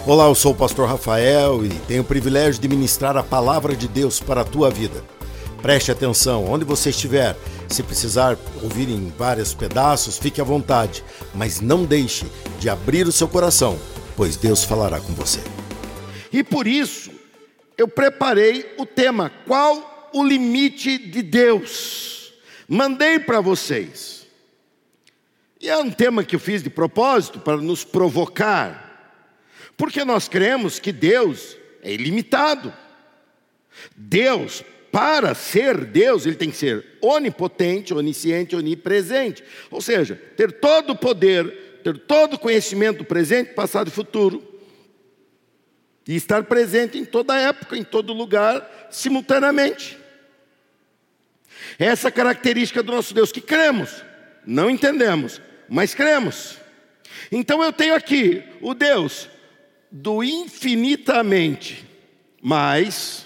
Olá, eu sou o pastor Rafael e tenho o privilégio de ministrar a palavra de Deus para a tua vida. Preste atenção, onde você estiver, se precisar ouvir em vários pedaços, fique à vontade, mas não deixe de abrir o seu coração, pois Deus falará com você. E por isso, eu preparei o tema, qual o limite de Deus? Mandei para vocês. E é um tema que eu fiz de propósito para nos provocar, porque nós cremos que Deus é ilimitado. Deus, para ser Deus, Ele tem que ser onipotente, onisciente, onipresente. Ou seja, ter todo o poder, ter todo o conhecimento do presente, passado e futuro. E estar presente em toda época, em todo lugar, simultaneamente. Essa é a característica do nosso Deus, que cremos. Não entendemos, mas cremos. Então eu tenho aqui o Deus do infinitamente mais,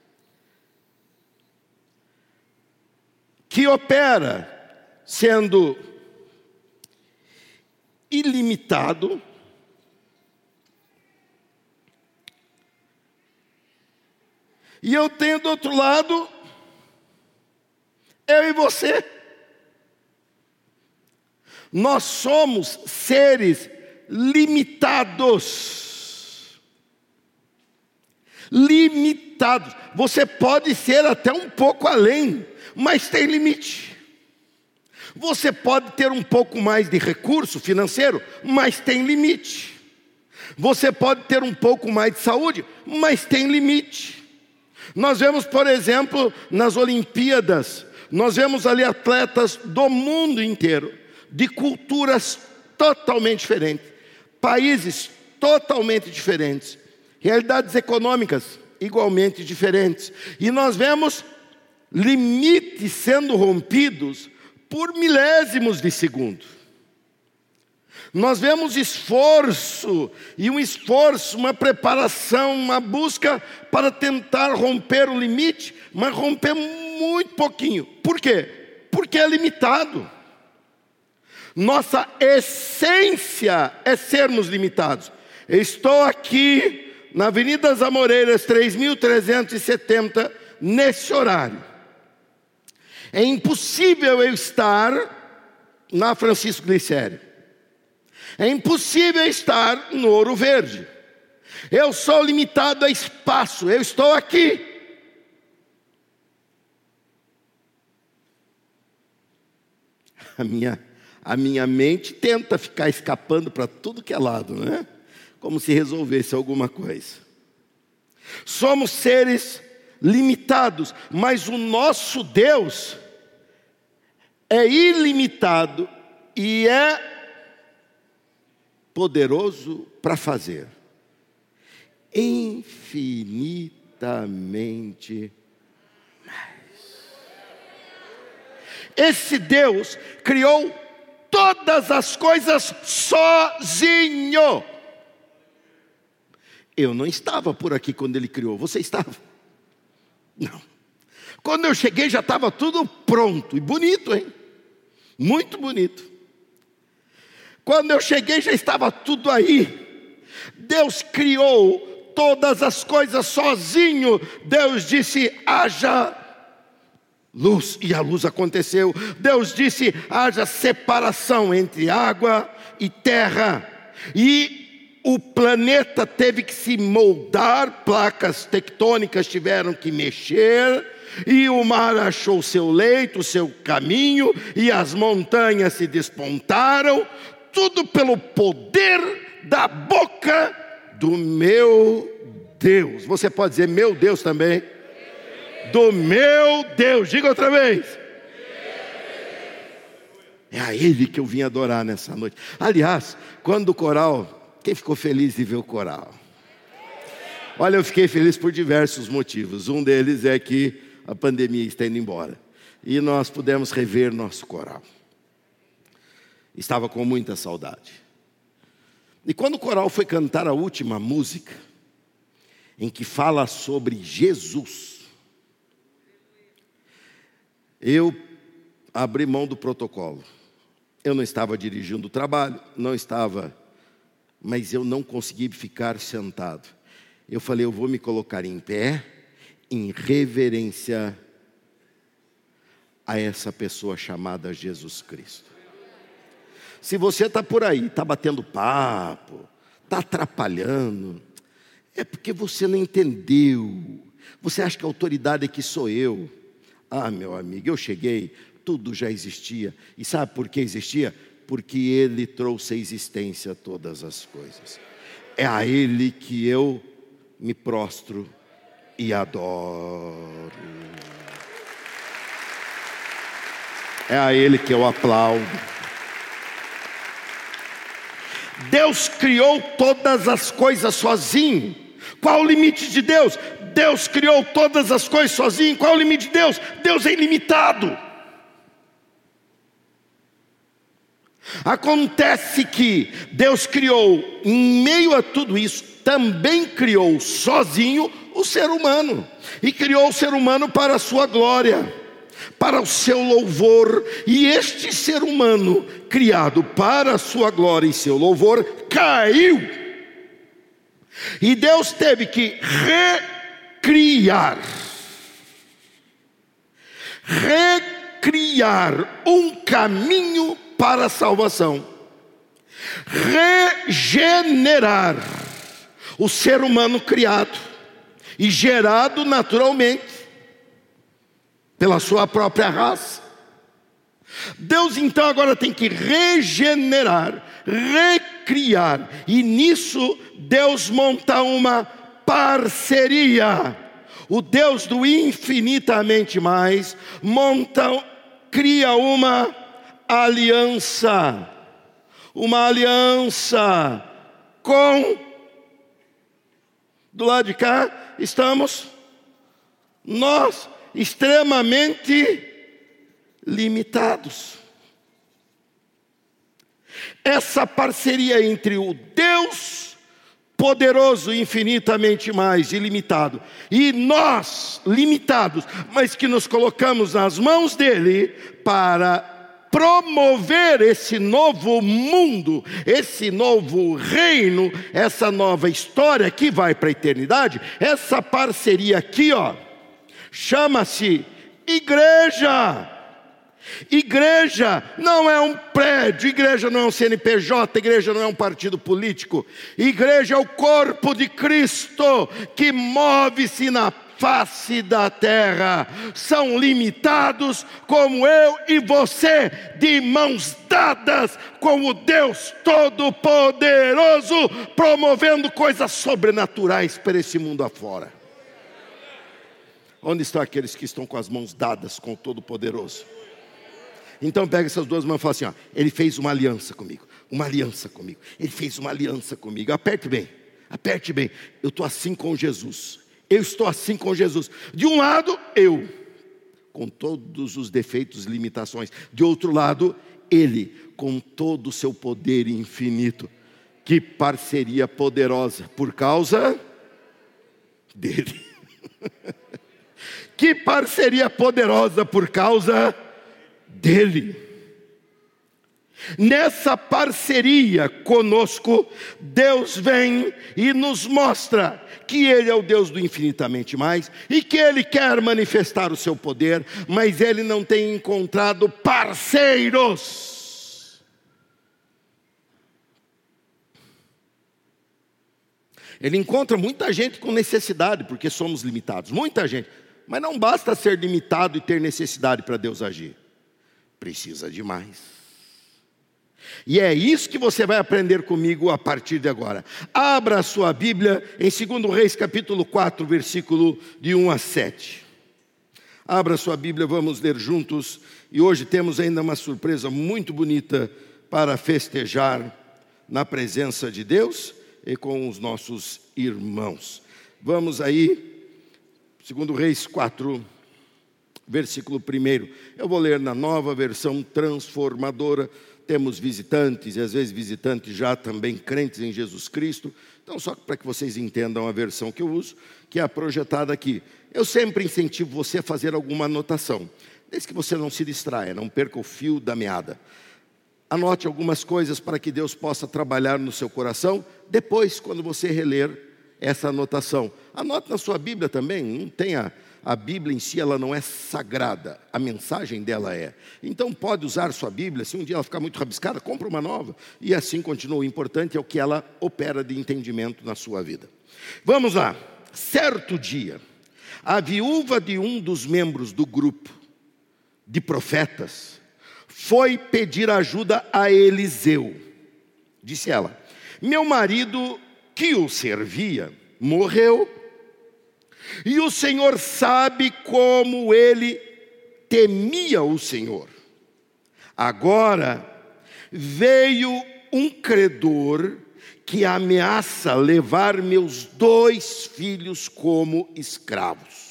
que opera sendo ilimitado, e eu tenho do outro lado eu e você. Nós somos seres limitados. Limitados. Você pode ser até um pouco além, mas tem limite. Você pode ter um pouco mais de recurso financeiro, mas tem limite. Você pode ter um pouco mais de saúde, mas tem limite. Nós vemos, por exemplo, nas Olimpíadas, nós vemos ali atletas do mundo inteiro, de culturas totalmente diferentes, países totalmente diferentes, realidades econômicas igualmente diferentes. E nós vemos limites sendo rompidos por milésimos de segundo. Nós vemos esforço, uma preparação, uma busca para tentar romper o limite, mas romper muito pouquinho. Por quê? Porque é limitado. Nossa essência é sermos limitados. Eu estou aqui na Avenida das Amoreiras, 3.370, nesse horário. É impossível eu estar na Francisco Glicério. É impossível estar no Ouro Verde. Eu sou limitado a espaço, eu estou aqui. A minha mente tenta ficar escapando para tudo que é lado, né? Como se resolvesse alguma coisa. Somos seres limitados, mas o nosso Deus é ilimitado e é poderoso para fazer infinitamente mais. Esse Deus criou todas as coisas sozinho. Eu não estava por aqui quando Ele criou. Você estava? Não. Quando eu cheguei já estava tudo pronto. E bonito, hein? Muito bonito. Quando eu cheguei já estava tudo aí. Deus criou todas as coisas sozinho. Deus disse, haja luz, e a luz aconteceu. Deus disse, haja separação entre água e terra. E o planeta teve que se moldar, placas tectônicas tiveram que mexer, e o mar achou seu leito, seu caminho, e as montanhas se despontaram, tudo pelo poder da boca do meu Deus. Você pode dizer meu Deus também? Do meu Deus, diga outra vez. É a Ele que eu vim adorar nessa noite. Aliás, quando o coral... Quem ficou feliz de ver o coral? Olha, eu fiquei feliz por diversos motivos. Um deles é que a pandemia está indo embora e nós pudemos rever nosso coral. Estava com muita saudade. E quando o coral foi cantar a última música, em que fala sobre Jesus, eu abri mão do protocolo. Eu não estava dirigindo o trabalho, não estava mas eu não consegui ficar sentado. Eu falei, eu vou me colocar em pé, em reverência a essa pessoa chamada Jesus Cristo. Se você está por aí, está batendo papo, está atrapalhando, é porque você não entendeu. Você acha que a autoridade aqui sou eu. Ah, meu amigo, eu cheguei, tudo já existia. E sabe por que existia? Porque Ele trouxe à existência todas as coisas. É a Ele que eu me prostro e adoro. É a Ele que eu aplaudo. Deus criou todas as coisas sozinho. Qual o limite de Deus? Deus criou todas as coisas sozinho. Qual o limite de Deus? Deus é ilimitado. Acontece que Deus criou, em meio a tudo isso, também criou sozinho o ser humano. E criou o ser humano para a sua glória, para o seu louvor. E este ser humano, criado para a sua glória e seu louvor, caiu. E Deus teve que recriar um caminho para a salvação, regenerar o ser humano criado e gerado naturalmente pela sua própria raça. Deus então agora tem que regenerar, recriar, e nisso Deus monta uma parceria. O Deus do infinitamente mais cria uma aliança com, do lado de cá estamos nós, extremamente limitados. Essa parceria entre o Deus poderoso, infinitamente mais ilimitado, e nós, limitados, mas que nos colocamos nas mãos dele para promover esse novo mundo, esse novo reino, essa nova história que vai para a eternidade. Essa parceria aqui, ó, chama-se igreja. Igreja não é um prédio, igreja não é um CNPJ, igreja não é um partido político. Igreja é o corpo de Cristo que move-se na face da terra. São limitados como eu e você, de mãos dadas com o Deus Todo-Poderoso, promovendo coisas sobrenaturais para esse mundo afora. Onde estão aqueles que estão com as mãos dadas com o Todo-Poderoso? Então pega essas duas mãos e fala assim, ó, ele fez uma aliança comigo, ele fez uma aliança comigo. Aperte bem, eu estou assim com Jesus, eu estou assim com Jesus. De um lado, eu, com todos os defeitos e limitações. De outro lado, ele, com todo o seu poder infinito. Que parceria poderosa, por causa dele. Que parceria poderosa por causa dele. Nessa parceria conosco, Deus vem e nos mostra que Ele é o Deus do infinitamente mais e que Ele quer manifestar o seu poder, mas Ele não tem encontrado parceiros. Ele encontra muita gente com necessidade, porque somos limitados, muita gente, mas não basta ser limitado e ter necessidade para Deus agir. Precisa de mais. E é isso que você vai aprender comigo a partir de agora. Abra a sua Bíblia em 2 Reis capítulo 4, versículo de 1 a 7. Abra a sua Bíblia, vamos ler juntos. E hoje temos ainda uma surpresa muito bonita para festejar na presença de Deus e com os nossos irmãos. Vamos aí, 2 Reis 4, versículo 1. Eu vou ler na nova versão transformadora. Temos visitantes, e às vezes visitantes já também crentes em Jesus Cristo. Então, só para que vocês entendam a versão que eu uso, que é a projetada aqui. Eu sempre incentivo você a fazer alguma anotação, desde que você não se distraia, não perca o fio da meada. Anote algumas coisas para que Deus possa trabalhar no seu coração. Depois, quando você reler essa anotação, anote na sua Bíblia também. Não tem a Bíblia em si, ela não é sagrada, a mensagem dela é. Então pode usar sua Bíblia. Se um dia ela ficar muito rabiscada, compra uma nova. E assim continua. O importante é o que ela opera de entendimento na sua vida. Vamos lá. Certo dia, a viúva de um dos membros do grupo de profetas foi pedir ajuda a Eliseu. Disse ela: meu marido que o servia morreu, e o Senhor sabe como ele temia o Senhor. Agora veio um credor que ameaça levar meus 2 filhos como escravos.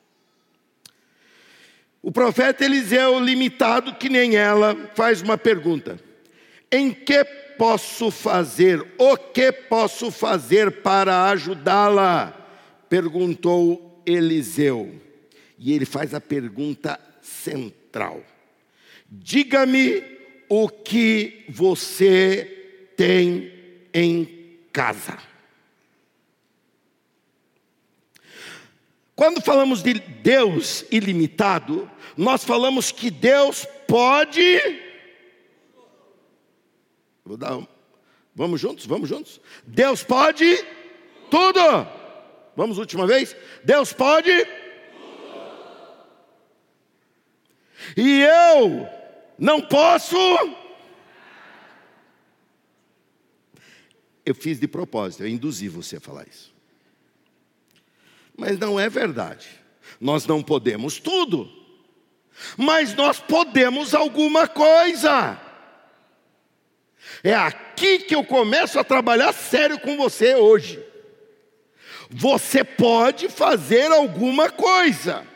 O profeta Eliseu, limitado que nem ela, faz uma pergunta: em que posso fazer? O que posso fazer para ajudá-la? Perguntou Eliseu. E ele faz a pergunta central: diga-me o que você tem em casa. Quando falamos de Deus ilimitado, nós falamos que Deus pode... Vamos juntos? Vamos juntos? Deus pode tudo. Vamos última vez? Deus pode tudo. E eu não posso... Eu fiz de propósito, eu induzi você a falar isso. Mas não é verdade. Nós não podemos tudo, mas nós podemos alguma coisa. É aqui que eu começo a trabalhar sério com você hoje. Você pode fazer alguma coisa.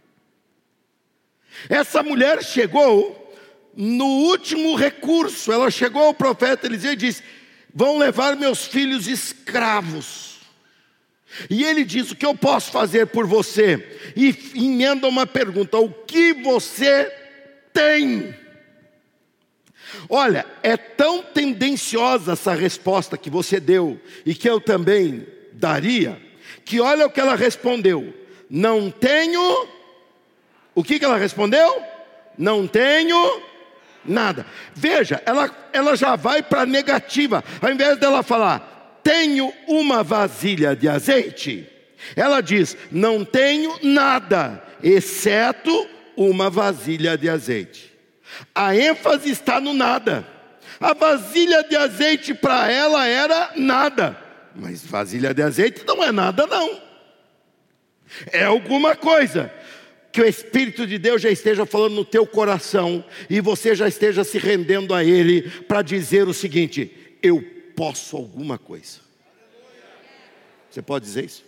Essa mulher chegou no último recurso. Ela chegou ao profeta Eliseu e disse: vão levar meus filhos escravos. E ele diz: o que eu posso fazer por você? E emenda uma pergunta: o que você tem? Olha, é tão tendenciosa essa resposta que você deu e que eu também daria, que olha o que ela respondeu: não tenho. O que ela respondeu? Não tenho nada. Veja, ela já vai para a negativa. Ao invés dela falar: tenho uma vasilha de azeite, ela diz: não tenho nada, exceto uma vasilha de azeite. A ênfase está no nada. A vasilha de azeite para ela era nada. Mas vasilha de azeite não é nada não. É alguma coisa. Que o Espírito de Deus já esteja falando no teu coração e você já esteja se rendendo a Ele para dizer o seguinte: eu posso alguma coisa. Você pode dizer isso?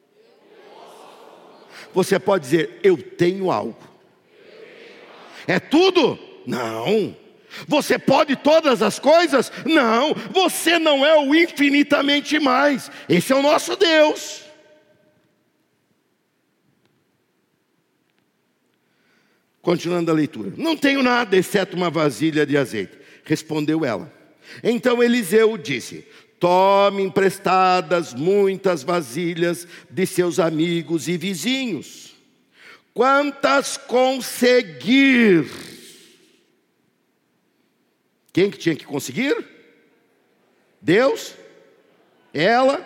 Você pode dizer: eu tenho algo. É tudo? Não. Você pode todas as coisas? Não. Você não é o infinitamente mais. Esse é o nosso Deus. Continuando a leitura: não tenho nada exceto uma vasilha de azeite. Respondeu ela. Então Eliseu disse: tome emprestadas muitas vasilhas de seus amigos e vizinhos, quantas conseguir. Quem que tinha que conseguir? Deus? Ela?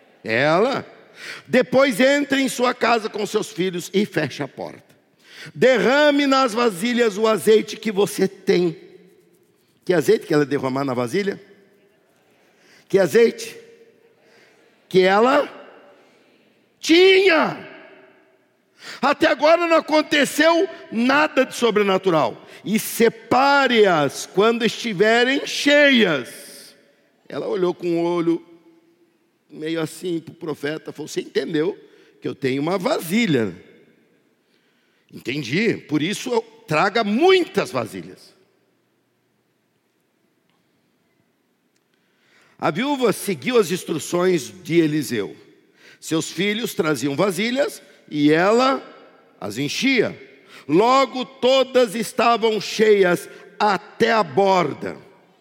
Depois entre em sua casa com seus filhos e feche a porta. Derrame nas vasilhas o azeite que você tem. Que azeite que ela derramar na vasilha? Que azeite? Que ela tinha. Até agora não aconteceu nada de sobrenatural. E separe-as quando estiverem cheias. Ela olhou com o olho meio assim para o profeta. Falou: você entendeu que eu tenho uma vasilha? Entendi, por isso traga muitas vasilhas. A viúva seguiu as instruções de Eliseu. Seus filhos traziam vasilhas e ela as enchia. Logo todas estavam cheias até a borda.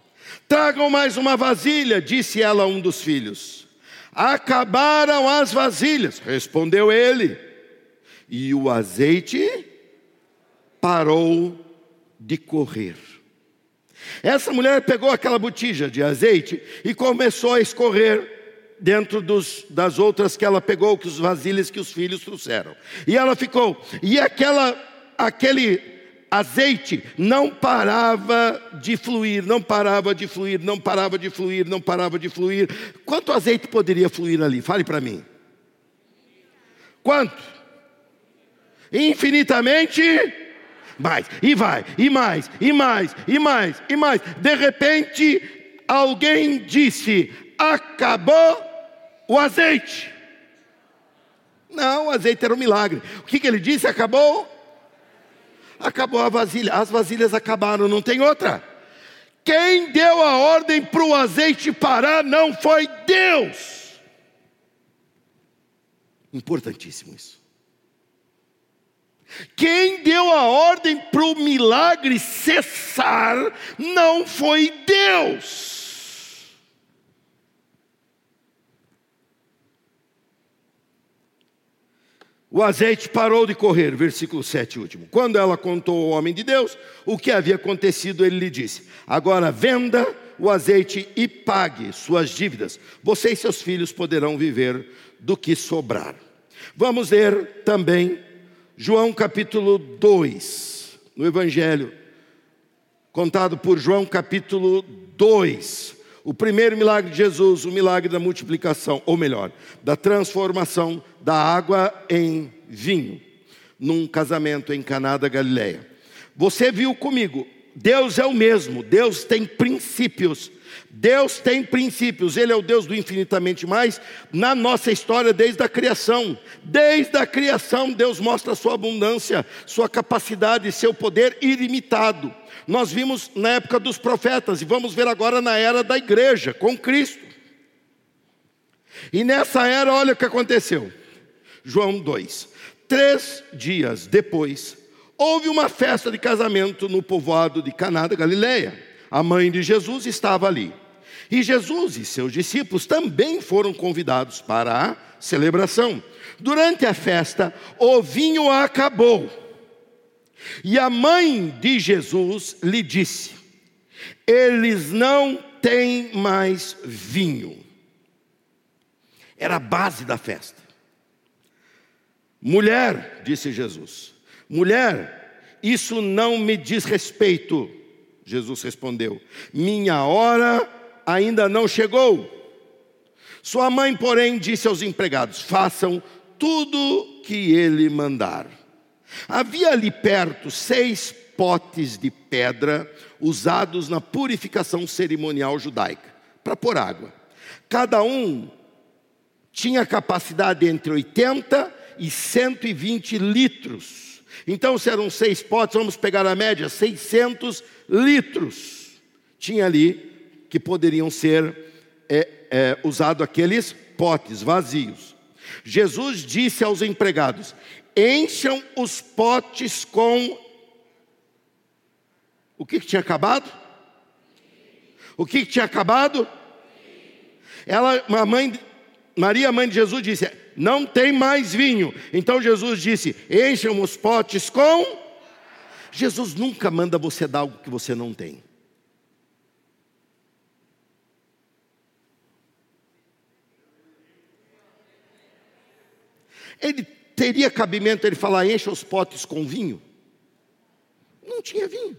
Tragam mais uma vasilha, disse ela a um dos filhos. Acabaram as vasilhas, respondeu ele. E o azeite parou de correr. Essa mulher pegou aquela botija de azeite e começou a escorrer dentro das outras que ela pegou, que os vasilhas que os filhos trouxeram. E ela ficou, e aquele azeite não parava de fluir, não parava de fluir, não parava de fluir, não parava de fluir. Quanto azeite poderia fluir ali? Fale para mim. Quanto? Infinitamente mais, e vai, e mais, e mais, e mais, e mais. De repente, alguém disse: acabou o azeite. Não, o azeite era um milagre. O que ele disse? Acabou a vasilha. As vasilhas acabaram, não tem outra. Quem deu a ordem para o azeite parar não foi Deus. Importantíssimo isso. Quem deu a ordem para o milagre cessar não foi Deus. O azeite parou de correr, versículo 7 último. Quando ela contou ao homem de Deus o que havia acontecido, ele lhe disse: agora venda o azeite e pague suas dívidas. Você e seus filhos poderão viver do que sobrar. Vamos ler também João capítulo 2, no Evangelho, contado por João capítulo 2. O primeiro milagre de Jesus, o milagre da multiplicação, ou melhor, da transformação da água em vinho, num casamento em Caná da Galileia. Você viu comigo, Deus é o mesmo, Deus tem princípios. Deus tem princípios, Ele é o Deus do infinitamente mais na nossa história desde a criação. Desde a criação Deus mostra a sua abundância, sua capacidade, seu poder ilimitado. Nós vimos na época dos profetas e vamos ver agora na era da igreja, com Cristo. E nessa era, olha o que aconteceu. João 2. 3 dias depois, houve uma festa de casamento no povoado de Caná da Galileia. A mãe de Jesus estava ali. E Jesus e seus discípulos também foram convidados para a celebração. Durante a festa, o vinho acabou. E a mãe de Jesus lhe disse: eles não têm mais vinho. Era a base da festa. Mulher, disse Jesus, mulher, isso não me diz respeito. Jesus respondeu: minha hora ainda não chegou. Sua mãe, porém, disse aos empregados: façam tudo que ele mandar. Havia ali perto 6 potes de pedra usados na purificação cerimonial judaica, para pôr água. Cada um tinha capacidade entre 80 e 120 litros. Então, se eram 6 potes, vamos pegar a média, 600 litros. Tinha ali que poderiam ser usados aqueles potes vazios. Jesus disse aos empregados: encham os potes com... O que tinha acabado? O que tinha acabado? Maria, mãe de Jesus, disse: não tem mais vinho. Então Jesus disse: encham os potes com... Jesus nunca manda você dar algo que você não tem. Ele teria cabimento ele falar: encha os potes com vinho? Não tinha vinho.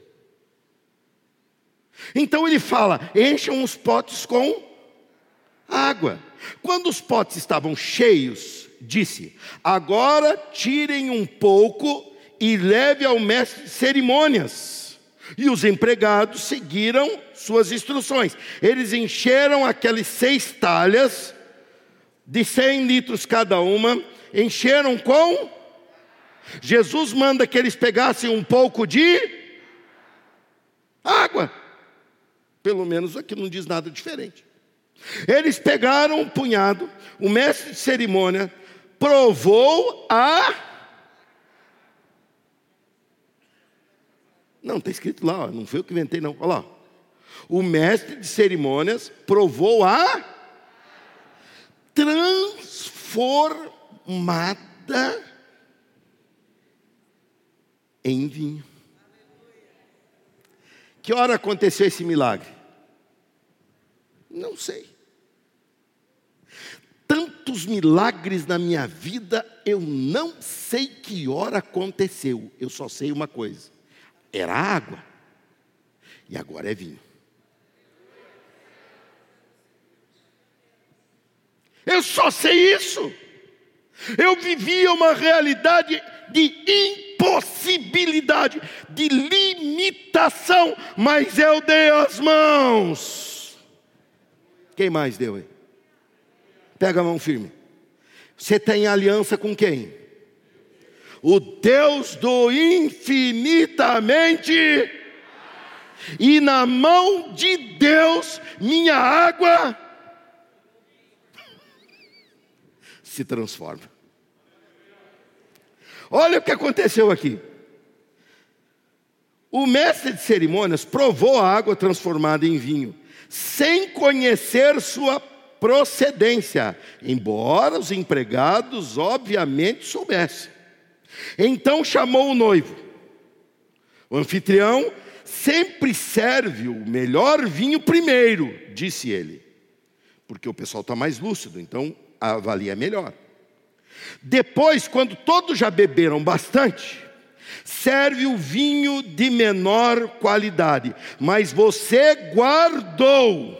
Então ele fala: encham os potes com água. Quando os potes estavam cheios, disse: agora tirem um pouco e leve ao mestre de cerimônias. E os empregados seguiram suas instruções. Eles encheram aquelas 6 talhas de 100 litros cada uma. Encheram com... Jesus manda que eles pegassem um pouco de água. Pelo menos aqui não diz nada diferente. Eles pegaram um punhado. O mestre de cerimônia provou a... Não, está escrito lá, não foi eu que inventei não. Olha lá. O mestre de cerimônias provou a transformada em vinho. Que hora aconteceu esse milagre? Não sei. Tantos milagres na minha vida, eu não sei que hora aconteceu. Eu só sei uma coisa: era água, e agora é vinho. Eu só sei isso. Eu vivia uma realidade de impossibilidade, de limitação, mas eu dei as mãos. Quem mais deu aí? Pega a mão firme. Você tem aliança com quem? O Deus do infinitamente. E na mão de Deus, minha água se transforma. Olha o que aconteceu aqui. O mestre de cerimônias provou a água transformada em vinho, sem conhecer sua procedência, embora os empregados obviamente soubessem. Então chamou o noivo. O anfitrião sempre serve o melhor vinho primeiro, disse ele, porque o pessoal está mais lúcido, então avalia melhor. Depois, quando todos já beberam bastante, serve o vinho de menor qualidade, mas você guardou.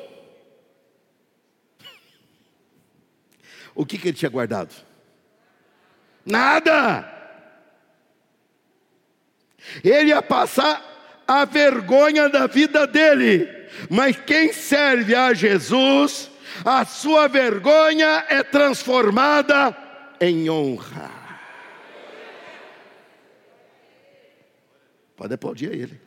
O que ele tinha guardado? Nada. Ele ia passar a vergonha da vida dele, mas quem serve a Jesus, a sua vergonha é transformada em honra. Pode aplaudir a ele.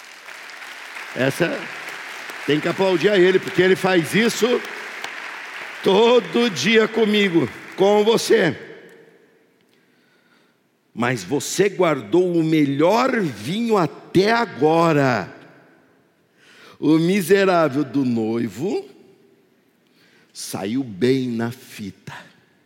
Tem que aplaudir a ele, porque ele faz isso todo dia comigo, com você. Mas você guardou o melhor vinho até agora. O miserável do noivo saiu bem na fita.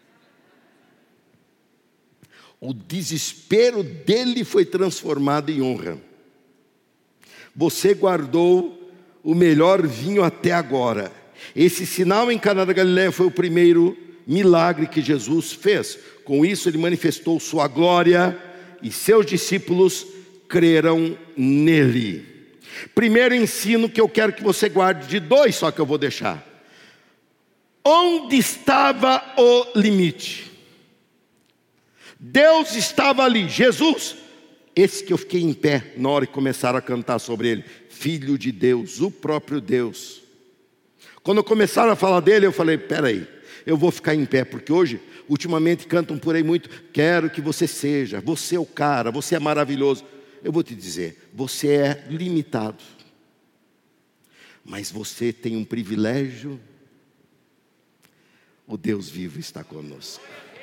O desespero dele foi transformado em honra. Você guardou o melhor vinho até agora. Esse sinal em Caná da Galileia foi o primeiro milagre que Jesus fez. Com isso ele manifestou sua glória e seus discípulos creram nele. Primeiro ensino que eu quero que você guarde, de dois só que eu vou deixar. Onde estava o limite? Deus estava ali, Jesus, esse que eu fiquei em pé na hora que começaram a cantar sobre ele, Filho de Deus, o próprio Deus. Quando começaram a falar dele, eu falei, peraí, eu vou ficar em pé, porque hoje, ultimamente cantam por aí muito, quero que você seja, você é o cara, você é maravilhoso. Eu vou te dizer, você é limitado, mas você tem um privilégio, o Deus vivo está conosco.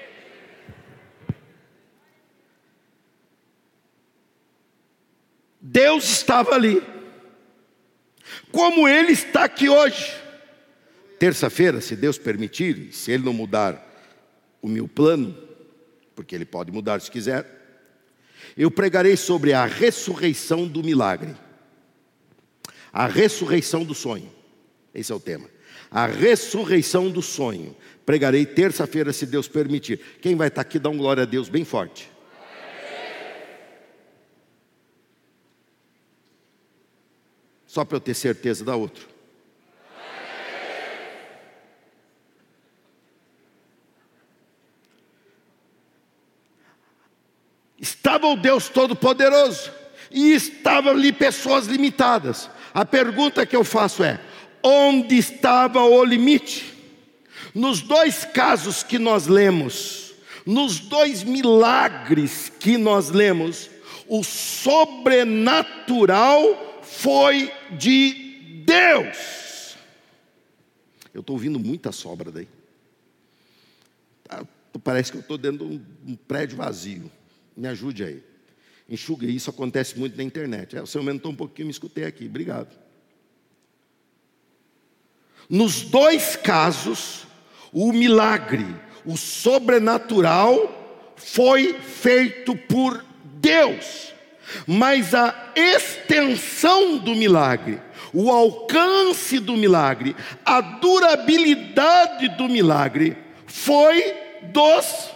Deus estava ali, como Ele está aqui hoje. Terça-feira, se Deus permitir, se Ele não mudar o meu plano, porque Ele pode mudar se quiser, eu pregarei sobre a ressurreição do milagre, a ressurreição do sonho. Esse é o tema, a ressurreição do sonho. Pregarei terça-feira, se Deus permitir. Quem vai estar aqui, dá um glória a Deus bem forte. Só para eu ter certeza da outra. Estava o Deus Todo-Poderoso e estavam ali pessoas limitadas. A pergunta que eu faço é, onde estava o limite? Nos dois casos que nós lemos, nos dois milagres que nós lemos, o sobrenatural foi de Deus. Eu estou ouvindo muita sobra daí. Parece que eu estou dentro de um prédio vazio. Me ajude aí. Enxuga, isso acontece muito na internet. Eu aumentou um pouquinho, me escutei aqui. Obrigado. Nos dois casos, o milagre, o sobrenatural, foi feito por Deus. Mas a extensão do milagre, o alcance do milagre, a durabilidade do milagre, foi dos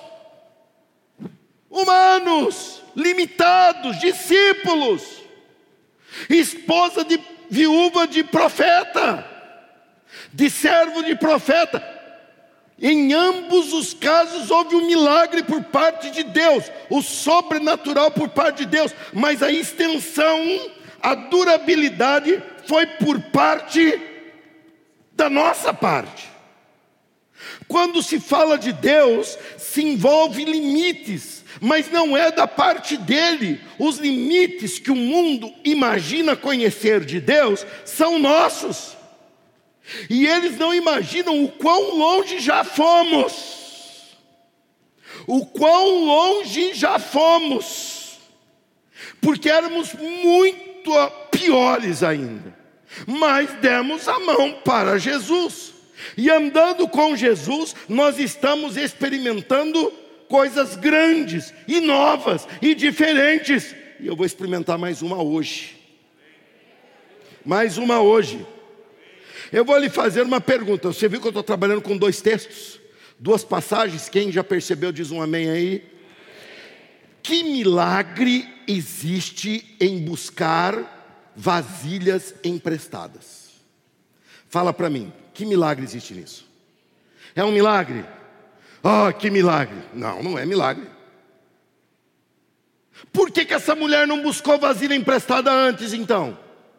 humanos, limitados, discípulos, esposa de viúva de profeta, de servo de profeta. Em ambos os casos houve um milagre por parte de Deus, o sobrenatural por parte de Deus, mas a extensão, a durabilidade foi por parte da nossa parte. Quando se fala de Deus, se envolve limites, mas não é da parte dele. Os limites que o mundo imagina conhecer de Deus são nossos. E eles não imaginam o quão longe já fomos. O quão longe já fomos. Porque éramos muito piores ainda. Mas demos a mão para Jesus. E andando com Jesus, nós estamos experimentando coisas grandes e novas e diferentes. E eu vou experimentar mais uma hoje. Mais uma hoje. Eu vou lhe fazer uma pergunta. Você viu que eu estou trabalhando com 2 textos? 2 passagens. Quem já percebeu diz um amém aí. Que milagre existe em buscar vasilhas emprestadas? Fala para mim. Que milagre existe nisso? É um milagre? Oh, que milagre. Não, não é milagre. Por que essa mulher não buscou vasilha emprestada antes então?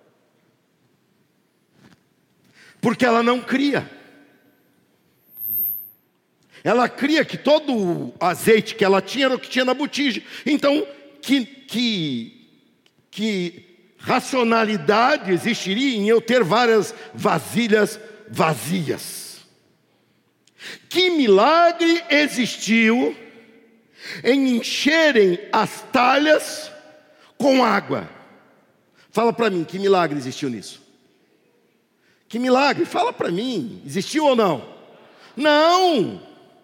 Porque ela não cria. Ela cria que todo o azeite que ela tinha era o que tinha na botija. Então, que racionalidade existiria em eu ter várias vasilhas vazias? Que milagre existiu em encherem as talhas com água? Fala para mim, que milagre existiu nisso? Que milagre? Fala para mim, existiu ou não? Não!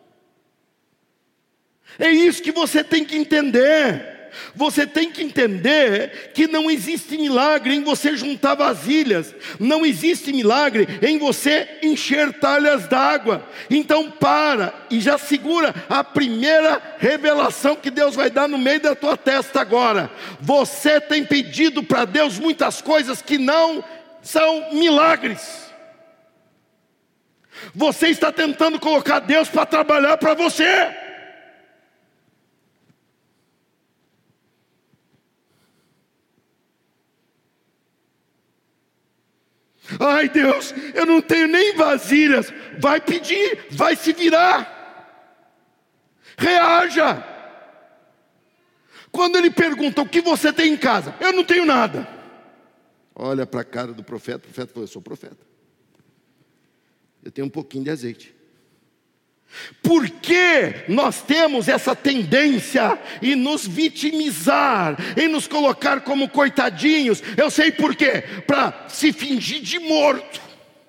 É isso que você tem que entender. Você tem que entender que não existe milagre em você juntar vasilhas. Não existe milagre em você encher talhas d'água. Então para e já segura a primeira revelação que Deus vai dar no meio da tua testa agora. Você tem pedido para Deus muitas coisas que não são milagres. Você está tentando colocar Deus para trabalhar para você. Ai Deus, eu não tenho nem vasilhas. Vai pedir, vai se virar. Reaja. Quando ele pergunta o que você tem em casa, eu não tenho nada. Olha para a cara do profeta. O profeta falou, eu sou profeta. Eu tenho um pouquinho de azeite. Por que nós temos essa tendência em nos vitimizar, em nos colocar como coitadinhos? Eu sei por quê. Para se fingir de morto.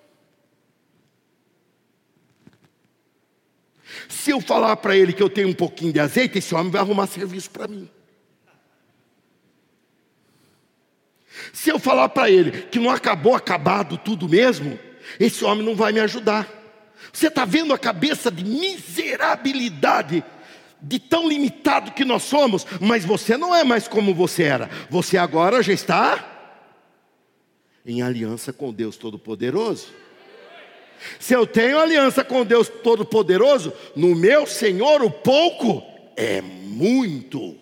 Se eu falar para ele que eu tenho um pouquinho de azeite, esse homem vai arrumar serviço para mim. Se eu falar para ele que não acabado tudo mesmo, esse homem não vai me ajudar. Você está vendo a cabeça de miserabilidade, de tão limitado que nós somos, mas você não é mais como você era. Você agora já está em aliança com Deus Todo-Poderoso. Se eu tenho aliança com Deus Todo-Poderoso, no meu Senhor o pouco é muito.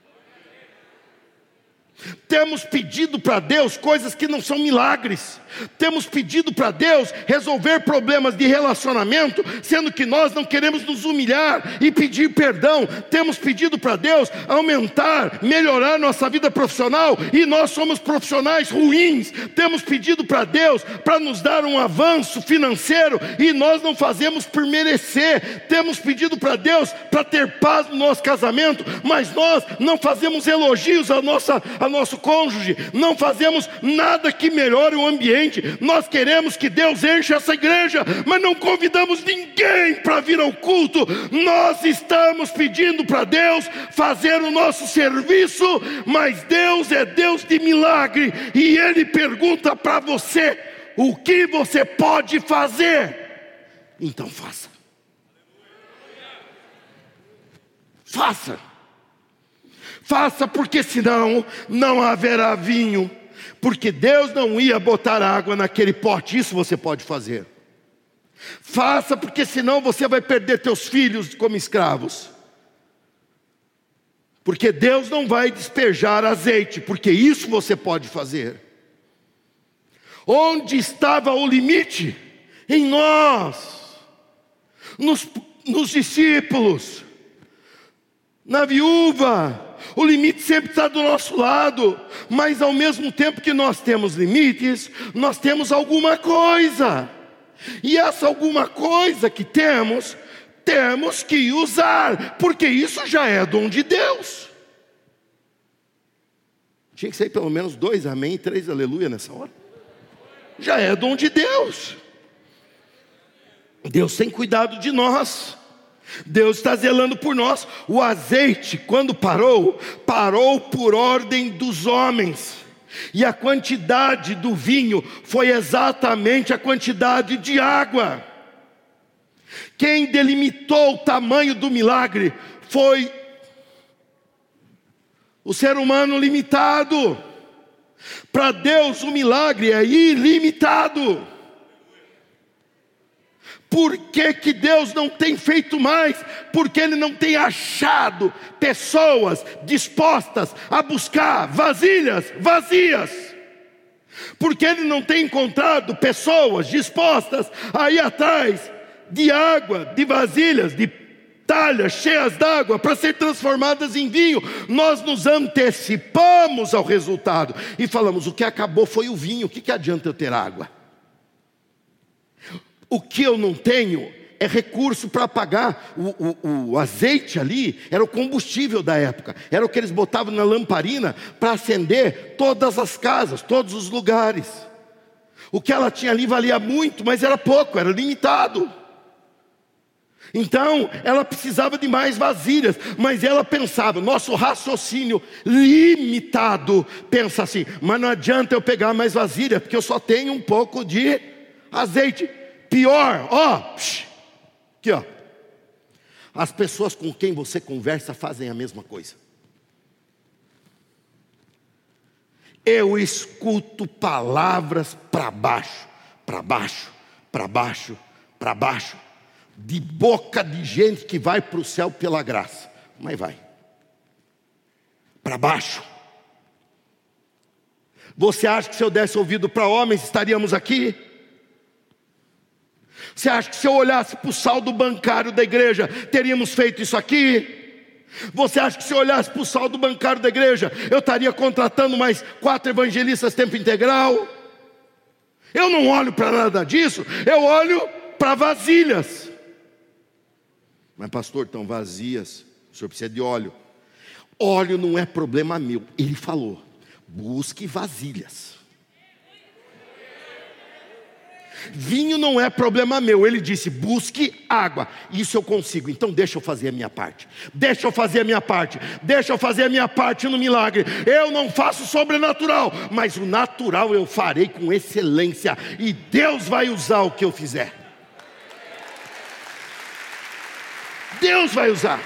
Temos pedido para Deus coisas que não são milagres. Temos pedido para Deus resolver problemas de relacionamento, sendo que nós não queremos nos humilhar e pedir perdão. Temos pedido para Deus aumentar, melhorar nossa vida profissional, e nós somos profissionais ruins. Temos pedido para Deus para nos dar um avanço financeiro, e nós não fazemos por merecer. Temos pedido para Deus para ter paz no nosso casamento, mas nós não fazemos elogios à nossa nosso cônjuge, não fazemos nada que melhore o ambiente. Nós queremos que Deus encha essa igreja, mas não convidamos ninguém para vir ao culto. Nós estamos pedindo para Deus fazer o nosso serviço, mas Deus é Deus de milagre, e Ele pergunta para você: o que você pode fazer? Então faça. Faça. Faça, porque senão não haverá vinho. Porque Deus não ia botar água naquele pote. Isso você pode fazer. Faça, porque senão você vai perder teus filhos como escravos. Porque Deus não vai despejar azeite. Porque isso você pode fazer. Onde estava o limite? Em nós. Nos discípulos. Na viúva. O limite sempre está do nosso lado, mas ao mesmo tempo que nós temos limites, nós temos alguma coisa, e essa alguma coisa que temos que usar, porque isso já é dom de Deus. Tinha que sair pelo menos 2 amém, 3 aleluia nessa hora. Já é dom de Deus. Deus tem cuidado de nós. Deus está zelando por nós. O azeite, quando parou por ordem dos homens. E a quantidade do vinho foi exatamente a quantidade de água. Quem delimitou o tamanho do milagre foi o ser humano limitado. Para Deus o milagre é ilimitado. Por que Deus não tem feito mais? Porque Ele não tem achado pessoas dispostas a buscar vasilhas vazias. Porque Ele não tem encontrado pessoas dispostas a ir atrás de água, de vasilhas, de talhas cheias d'água para ser transformadas em vinho. Nós nos antecipamos ao resultado e falamos: o que acabou foi o vinho, o que adianta eu ter água? O que eu não tenho é recurso para pagar. O azeite ali era o combustível da época. Era o que eles botavam na lamparina para acender todas as casas, todos os lugares. O que ela tinha ali valia muito, mas era pouco, era limitado. Então ela precisava de mais vasilhas. Mas ela pensava, nosso raciocínio limitado pensa assim: mas não adianta eu pegar mais vasilha, porque eu só tenho um pouco de azeite. Pior, aqui ó, as pessoas com quem você conversa fazem a mesma coisa. Eu escuto palavras para baixo, para baixo, para baixo, para baixo, de boca de gente que vai para o céu pela graça, mas vai, para baixo. Você acha que se eu desse ouvido para homens estaríamos aqui? Você acha que se eu olhasse para o saldo bancário da igreja, teríamos feito isso aqui? Você acha que se eu olhasse para o saldo bancário da igreja, eu estaria contratando mais 4 evangelistas tempo integral? Eu não olho para nada disso, eu olho para vasilhas. Mas pastor, estão vazias, o senhor precisa de óleo. Óleo não é problema meu, ele falou: busque vasilhas. Vinho não é problema meu, ele disse: busque água. Isso eu consigo, então deixa eu fazer a minha parte. Deixa eu fazer a minha parte. Deixa eu fazer a minha parte no milagre. Eu não faço sobrenatural, mas o natural eu farei com excelência. E Deus vai usar o que eu fizer. Deus vai usar.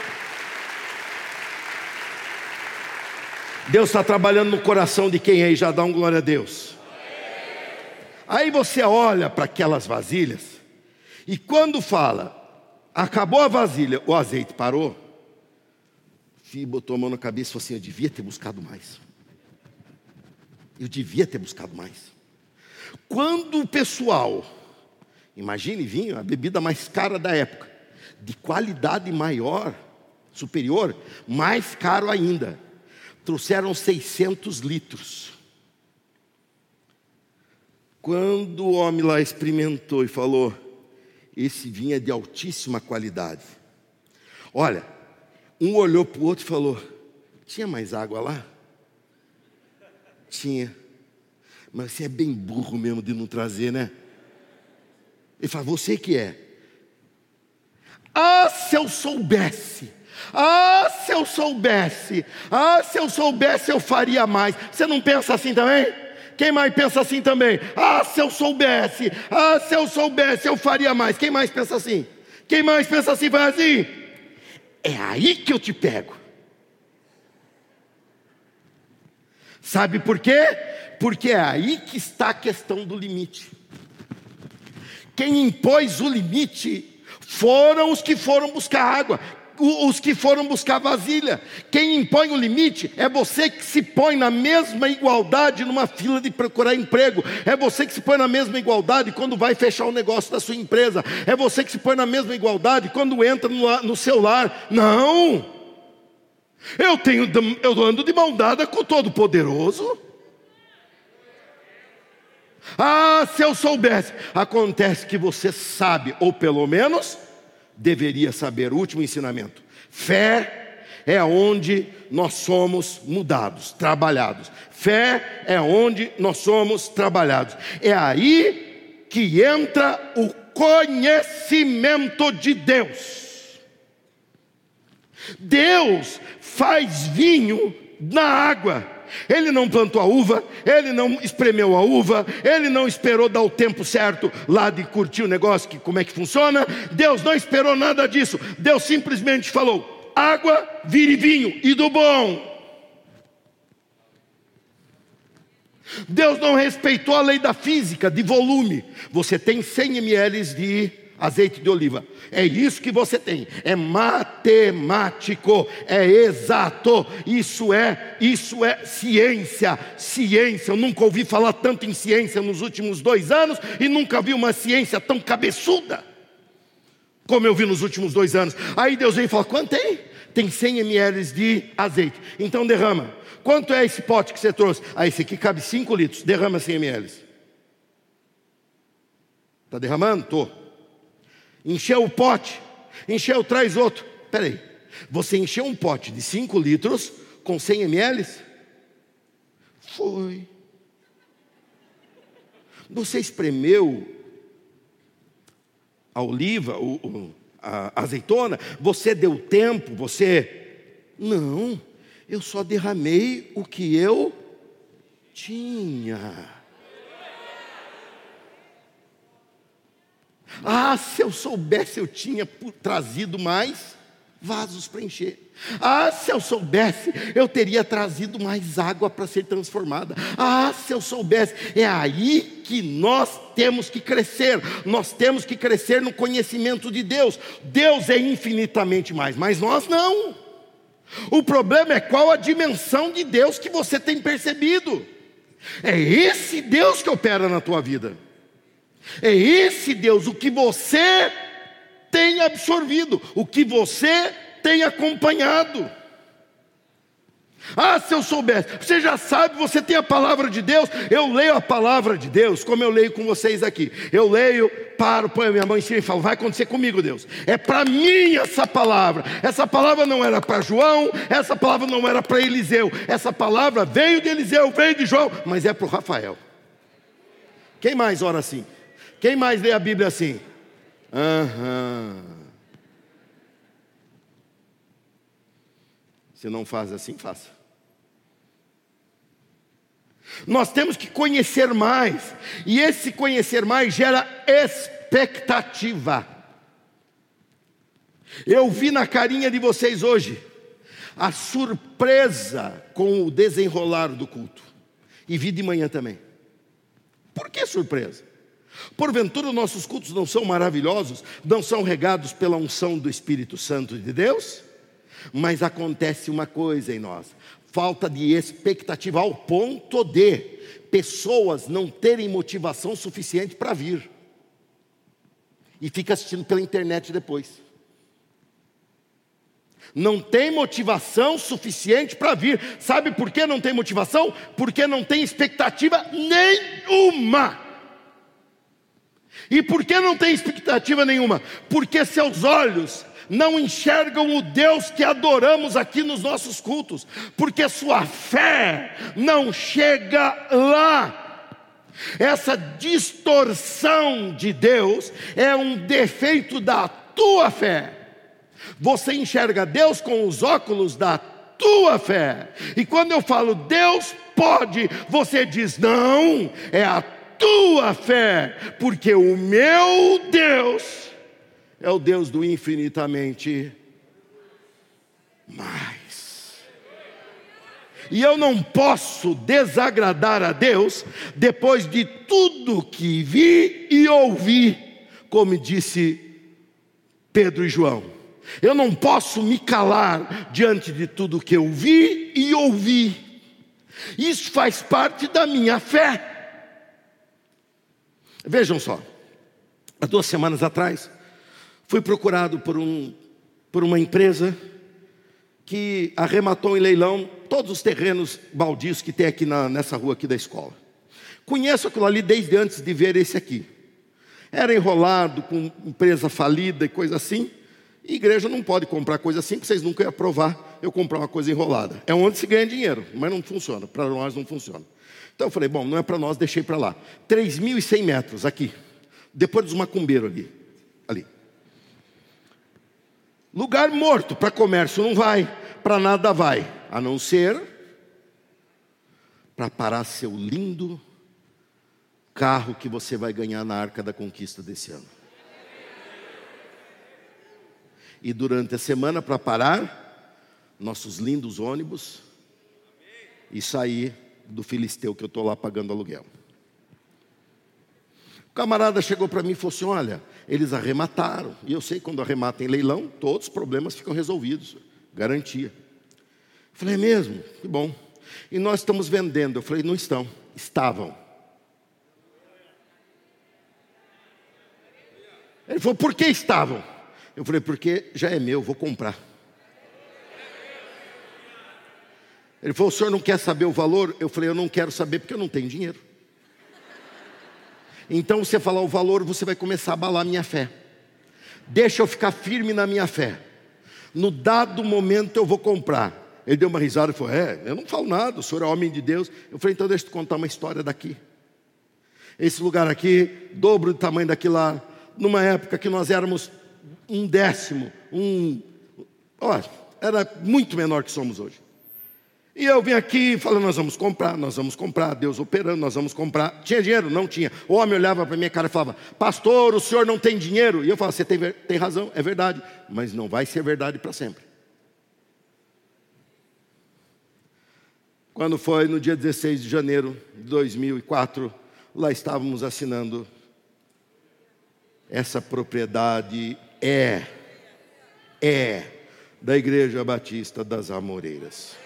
Deus está trabalhando no coração de quem aí já dá um glória a Deus. Aí você olha para aquelas vasilhas, e quando fala, acabou a vasilha, o azeite parou, o filho botou a mão na cabeça e falou assim: eu devia ter buscado mais. Eu devia ter buscado mais. Quando o pessoal, imagine vinho, a bebida mais cara da época, de qualidade maior, superior, mais caro ainda, trouxeram 600 litros. Quando o homem lá experimentou e falou: esse vinho é de altíssima qualidade. Olha, um olhou para o outro e falou: tinha mais água lá? Tinha. Mas você é bem burro mesmo de não trazer, né? Ele fala, você que é. Ah, se eu soubesse. Ah, se eu soubesse. Ah, se eu soubesse eu faria mais. Você não pensa assim também? Quem mais pensa assim também? Ah, se eu soubesse. Ah, se eu soubesse eu faria mais. Quem mais pensa assim? Quem mais pensa assim, vai assim? É aí que eu te pego. Sabe por quê? Porque é aí que está a questão do limite. Quem impôs o limite foram os que foram buscar água, os que foram buscar vasilha. Quem impõe o limite é você que se põe na mesma igualdade numa fila de procurar emprego. É você que se põe na mesma igualdade quando vai fechar o negócio da sua empresa. É você que se põe na mesma igualdade quando entra no seu lar. Não! Eu ando de mão dada com o Todo-Poderoso. Ah, se eu soubesse. Acontece que você sabe, ou pelo menos deveria saber. O último ensinamento: fé é onde nós somos mudados, trabalhados. Fé é onde nós somos trabalhados. É aí que entra o conhecimento de Deus. Deus faz vinho na água. Ele não plantou a uva, ele não espremeu a uva, ele não esperou dar o tempo certo lá de curtir o negócio, como é que funciona. Deus não esperou nada disso. Deus simplesmente falou: água vire vinho, e do bom. Deus não respeitou a lei da física, de volume. Você tem 100 ml de azeite de oliva, é isso que você tem. É matemático, é exato. Isso é ciência. Eu nunca ouvi falar tanto em ciência nos últimos 2 anos, e nunca vi uma ciência tão cabeçuda como eu vi nos últimos 2 anos. Aí Deus vem e fala: quanto tem? Tem 100 ml de azeite, então derrama. Quanto é esse pote que você trouxe? Ah, esse aqui cabe 5 litros, derrama 100 ml. Está derramando? Estou. Encheu o pote, encheu, traz outro. Espera aí, você encheu um pote de 5 litros com 100 ml? Foi. Você espremeu a oliva, a azeitona? Você deu tempo? Não, eu só derramei o que eu tinha. Ah, se eu soubesse eu tinha trazido mais vasos para encher. Ah, se eu soubesse eu teria trazido mais água para ser transformada. Ah, se eu soubesse. É aí que nós temos que crescer. Nós temos que crescer no conhecimento de Deus. Deus é infinitamente mais, mas nós não. O problema é qual a dimensão de Deus que você tem percebido. É esse Deus que opera na tua vida. É esse Deus, o que você tem absorvido, o que você tem acompanhado. Ah, se eu soubesse. Você já sabe, você tem a palavra de Deus. Eu leio a palavra de Deus como eu leio com vocês aqui. Eu leio, paro, põe a minha mão em cima e falo: vai acontecer comigo, Deus. É para mim essa palavra. Essa palavra não era para João, essa palavra não era para Eliseu. Essa palavra veio de Eliseu, veio de João, mas é para o Rafael. Quem mais ora assim? Quem mais lê a Bíblia assim? Se não faz assim, faça. Nós temos que conhecer mais, e esse conhecer mais gera expectativa. Eu vi na carinha de vocês hoje a surpresa com o desenrolar do culto, e vi de manhã também. Por que surpresa? Porventura nossos cultos não são maravilhosos, não são regados pela unção do Espírito Santo de Deus? Mas acontece uma coisa em nós: falta de expectativa, ao ponto de pessoas não terem motivação suficiente para vir, e fica assistindo pela internet depois. Não tem motivação suficiente para vir. Sabe por que não tem motivação? Porque não tem expectativa nenhuma. E por que não tem expectativa nenhuma? Porque seus olhos não enxergam o Deus que adoramos aqui nos nossos cultos, porque sua fé não chega lá. Essa distorção de Deus é um defeito da tua fé. Você enxerga Deus com os óculos da tua fé. E quando eu falo Deus pode, você diz não, é a tua fé, porque o meu Deus é o Deus do infinitamente mais. E eu não posso desagradar a Deus depois de tudo que vi e ouvi, como disse Pedro e João. Eu não posso me calar diante de tudo que eu vi e ouvi. Isso faz parte da minha fé. Vejam só, há 2 semanas atrás, fui procurado por uma empresa que arrematou em leilão todos os terrenos baldios que tem aqui nessa rua aqui da escola. Conheço aquilo ali desde antes de ver esse aqui. Era enrolado com empresa falida e coisa assim. E igreja não pode comprar coisa assim, porque vocês nunca iam aprovar eu comprar uma coisa enrolada. É onde se ganha dinheiro, mas não funciona. Para nós não funciona. Então eu falei, bom, não é para nós, deixei para lá. 3.100 metros aqui. Depois dos macumbeiros ali. Lugar morto, para comércio não vai, para nada vai, a não ser para parar seu lindo carro que você vai ganhar na Arca da Conquista desse ano. E durante a semana para parar nossos lindos ônibus e sair do Filisteu que eu estou lá pagando aluguel. O camarada chegou para mim e falou assim, olha, eles arremataram. E eu sei que quando arrematam em leilão, todos os problemas ficam resolvidos. Garantia. Eu falei, é mesmo? Que bom. E nós estamos vendendo. Eu falei, não estão. Estavam. Ele falou, por que estavam? Eu falei, porque já é meu, vou comprar. Ele falou, o senhor não quer saber o valor? Eu falei, eu não quero saber porque eu não tenho dinheiro. Então você falar o valor, você vai começar a abalar a minha fé. Deixa eu ficar firme na minha fé. No dado momento eu vou comprar. Ele deu uma risada e falou, eu não falo nada, o senhor é homem de Deus. Eu falei, então deixa eu te contar uma história daqui. Esse lugar aqui, dobro do tamanho daqui lá. Numa época que nós éramos 1/10, era muito menor que somos hoje. E eu vim aqui falando, nós vamos comprar, Deus operando, nós vamos comprar. Tinha dinheiro? Não tinha. O homem olhava para minha cara e falava, pastor, o senhor não tem dinheiro? E eu falava, você tem razão, é verdade, mas não vai ser verdade para sempre. Quando foi no dia 16 de janeiro de 2004, lá estávamos assinando. Essa propriedade é da Igreja Batista das Amoreiras.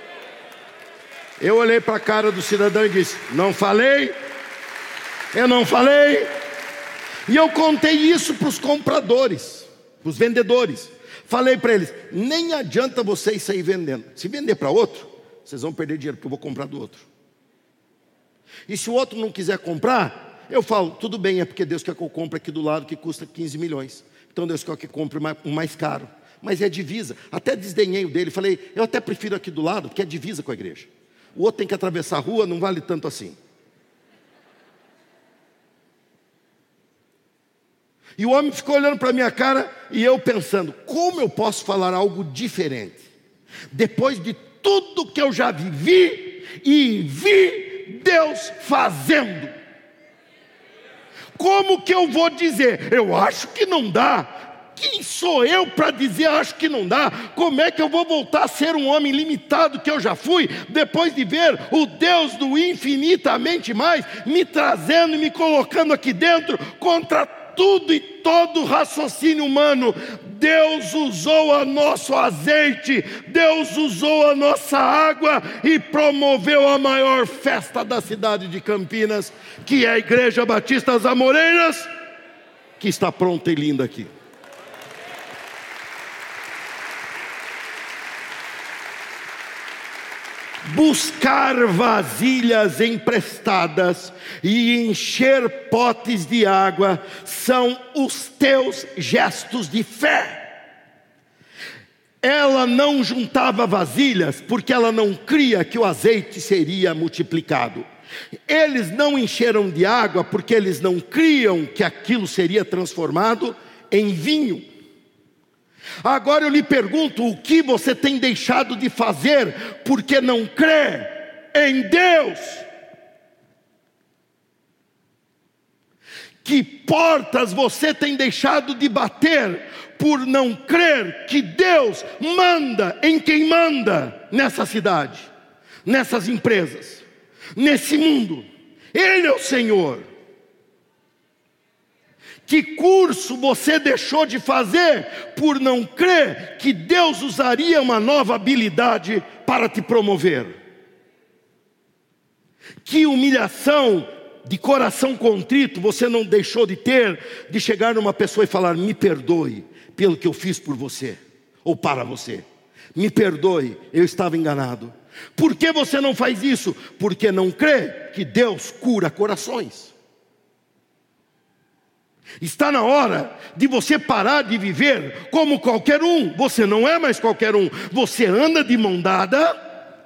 Eu olhei para a cara do cidadão e disse, não falei? Eu não falei? E eu contei isso para os compradores, para os vendedores. Falei para eles, nem adianta vocês sair vendendo. Se vender para outro, vocês vão perder dinheiro, porque eu vou comprar do outro. E se o outro não quiser comprar, eu falo, tudo bem, é porque Deus quer que eu compre aqui do lado que custa 15 milhões. Então Deus quer que eu compre um mais caro. Mas é divisa. Até desdenhei o dele, falei, eu até prefiro aqui do lado, porque é divisa com a igreja. O outro tem que atravessar a rua, não vale tanto assim. E o homem ficou olhando para a minha cara e eu pensando, como eu posso falar algo diferente? Depois de tudo que eu já vivi e vi Deus fazendo. Como que eu vou dizer? Eu acho que não dá. Quem sou eu para dizer acho que não dá? Como é que eu vou voltar a ser um homem limitado que eu já fui, depois de ver o Deus do infinitamente mais me trazendo e me colocando aqui dentro contra tudo e todo raciocínio humano? Deus usou o nosso azeite, Deus usou a nossa água e promoveu a maior festa da cidade de Campinas, que é a Igreja Batista das Amoreiras, que está pronta e linda aqui. Buscar vasilhas emprestadas e encher potes de água são os teus gestos de fé. Ela não juntava vasilhas porque ela não cria que o azeite seria multiplicado. Eles não encheram de água porque eles não criam que aquilo seria transformado em vinho. Agora eu lhe pergunto, o que você tem deixado de fazer porque não crê em Deus? Que portas você tem deixado de bater por não crer que Deus manda em quem manda nessa cidade, nessas empresas, nesse mundo? Ele é o Senhor. Que curso você deixou de fazer por não crer que Deus usaria uma nova habilidade para te promover? Que humilhação de coração contrito você não deixou de ter, de chegar numa pessoa e falar: me perdoe pelo que eu fiz por você, ou para você. Me perdoe, eu estava enganado. Por que você não faz isso? Porque não crê que Deus cura corações. Está na hora de você parar de viver como qualquer um. Você não é mais qualquer um. Você anda de mão dada.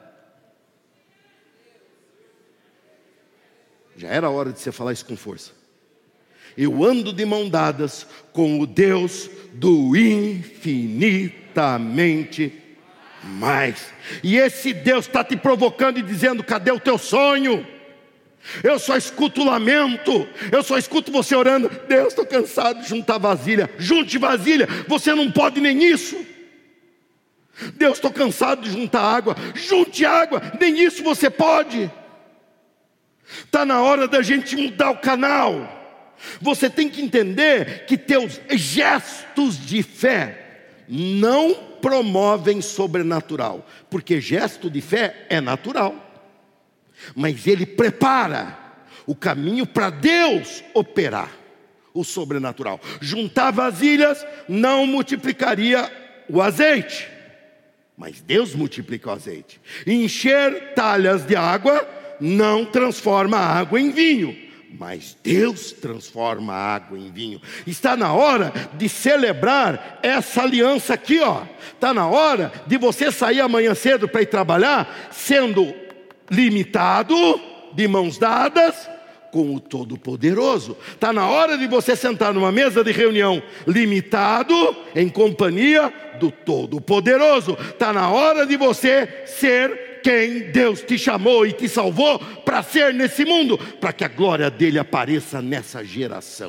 Já era hora de você falar isso com força. Eu ando de mão dadas com o Deus do infinitamente mais. E esse Deus está te provocando e dizendo: cadê o teu sonho? Eu só escuto lamento, eu só escuto você orando: Deus, estou cansado de juntar vasilha. Junte vasilha, você não pode nem isso. Deus, estou cansado de juntar água. Junte água, nem isso você pode. Está na hora da gente mudar o canal. Você tem que entender que teus gestos de fé não promovem sobrenatural, porque gesto de fé é natural, mas ele prepara o caminho para Deus operar o sobrenatural. Juntar vasilhas não multiplicaria o azeite, mas Deus multiplica o azeite. Encher talhas de água não transforma a água em vinho, mas Deus transforma a água em vinho. Está na hora de celebrar essa aliança aqui, ó. Está na hora de você sair amanhã cedo para ir trabalhar, sendo limitado, de mãos dadas com o Todo-Poderoso. Está na hora de você sentar numa mesa de reunião limitado, em companhia do Todo-Poderoso. Está na hora de você ser quem Deus te chamou e te salvou para ser nesse mundo, para que a glória dele apareça nessa geração.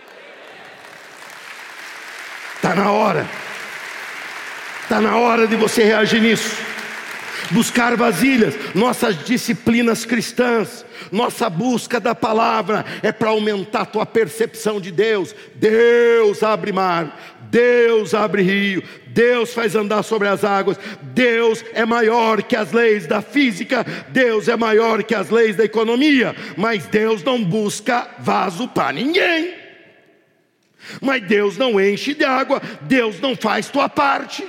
Está na hora. Está na hora de você reagir nisso. Buscar vasilhas. Nossas disciplinas cristãs, nossa busca da palavra é para aumentar a tua percepção de Deus. Deus abre mar, Deus abre rio, Deus faz andar sobre as águas. Deus é maior que as leis da física, Deus é maior que as leis da economia. Mas Deus não busca vaso para ninguém. Mas Deus não enche de água, Deus não faz tua parte.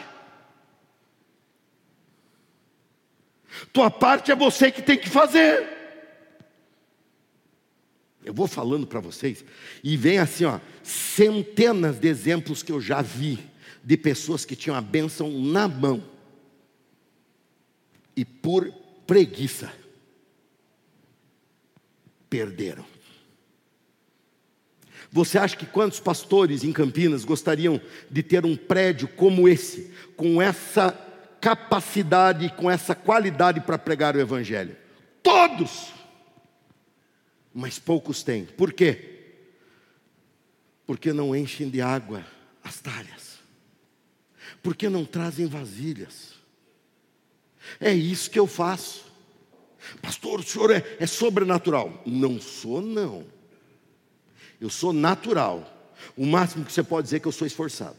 Tua parte é você que tem que fazer. Eu vou falando para vocês e vem assim, ó, centenas de exemplos que eu já vi de pessoas que tinham a bênção na mão e por preguiça perderam. Você acha que quantos pastores em Campinas gostariam de ter um prédio como esse, com essa capacidade, com essa qualidade para pregar o evangelho? Todos! Mas poucos têm. Por quê? Porque não enchem de água as talhas. Porque não trazem vasilhas. É isso que eu faço. Pastor, o senhor é sobrenatural. Não sou, não. Eu sou natural. O máximo que você pode dizer é que eu sou esforçado.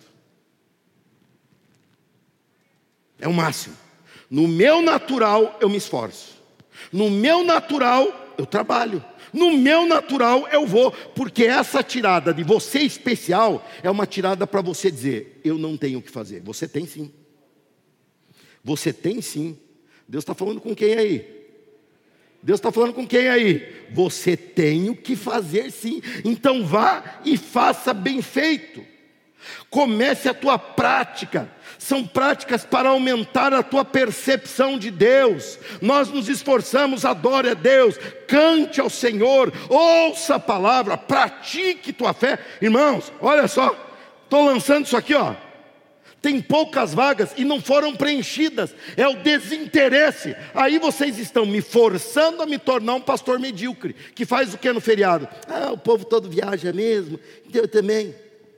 É o máximo. No meu natural eu me esforço. No meu natural eu trabalho. No meu natural eu vou. Porque essa tirada de você especial é uma tirada para você dizer: eu não tenho o que fazer. Você tem sim. Você tem sim. Deus está falando com quem aí? Deus está falando com quem aí? Você tem o que fazer sim. Então vá e faça bem feito. Comece a tua prática. São práticas para aumentar a tua percepção de Deus. Nós nos esforçamos, adore a Deus, cante ao Senhor, ouça a palavra, pratique tua fé. Irmãos, olha só, estou lançando isso aqui, ó. Tem poucas vagas e não foram preenchidas. É o desinteresse. Aí vocês estão me forçando a me tornar um pastor medíocre, que faz o que no feriado? O povo todo viaja mesmo, então eu também.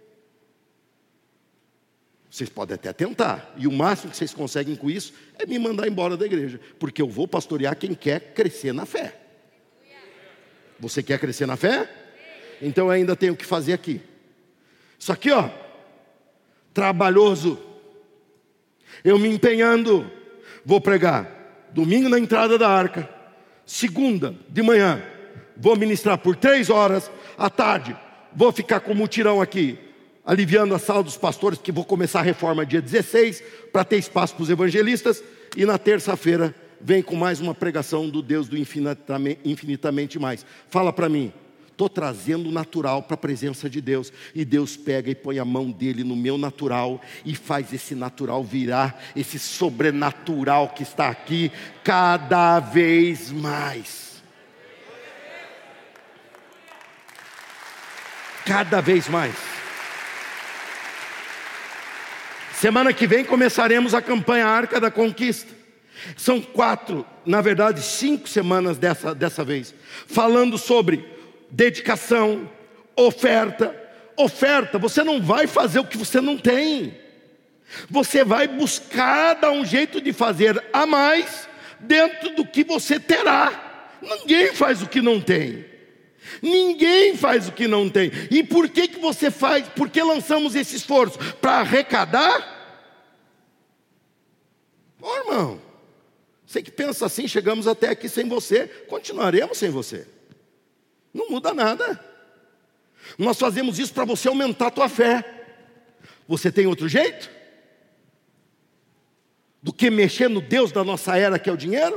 Vocês podem até tentar, e o máximo que vocês conseguem com isso é me mandar embora da igreja, porque eu vou pastorear quem quer crescer na fé. Você quer crescer na fé? Então eu ainda tenho o que fazer aqui. Isso aqui, ó, trabalhoso. Eu me empenhando, vou pregar domingo na entrada da arca, segunda de manhã, vou ministrar por 3 horas, à tarde, vou ficar com o mutirão aqui, aliviando a sala dos pastores, porque vou começar a reforma dia 16, para ter espaço para os evangelistas, e na terça-feira vem com mais uma pregação do Deus do infinitamente mais. Fala para mim, estou trazendo o natural para a presença de Deus, e Deus pega e põe a mão dele no meu natural, e faz esse natural virar, esse sobrenatural que está aqui, cada vez mais. Cada vez mais. Semana que vem começaremos a campanha Arca da Conquista. São 4, na verdade 5 semanas dessa vez, falando sobre dedicação, oferta. Oferta, você não vai fazer o que você não tem. Você vai buscar dar um jeito de fazer a mais dentro do que você terá. Ninguém faz o que não tem. Ninguém faz o que não tem. E por que você faz? Por que lançamos esse esforço? Para arrecadar? Irmão, você que pensa assim, chegamos até aqui sem você, continuaremos sem você. Não muda nada. Nós fazemos isso para você aumentar a tua fé. Você tem outro jeito? Do que mexer no Deus da nossa era, que é o dinheiro?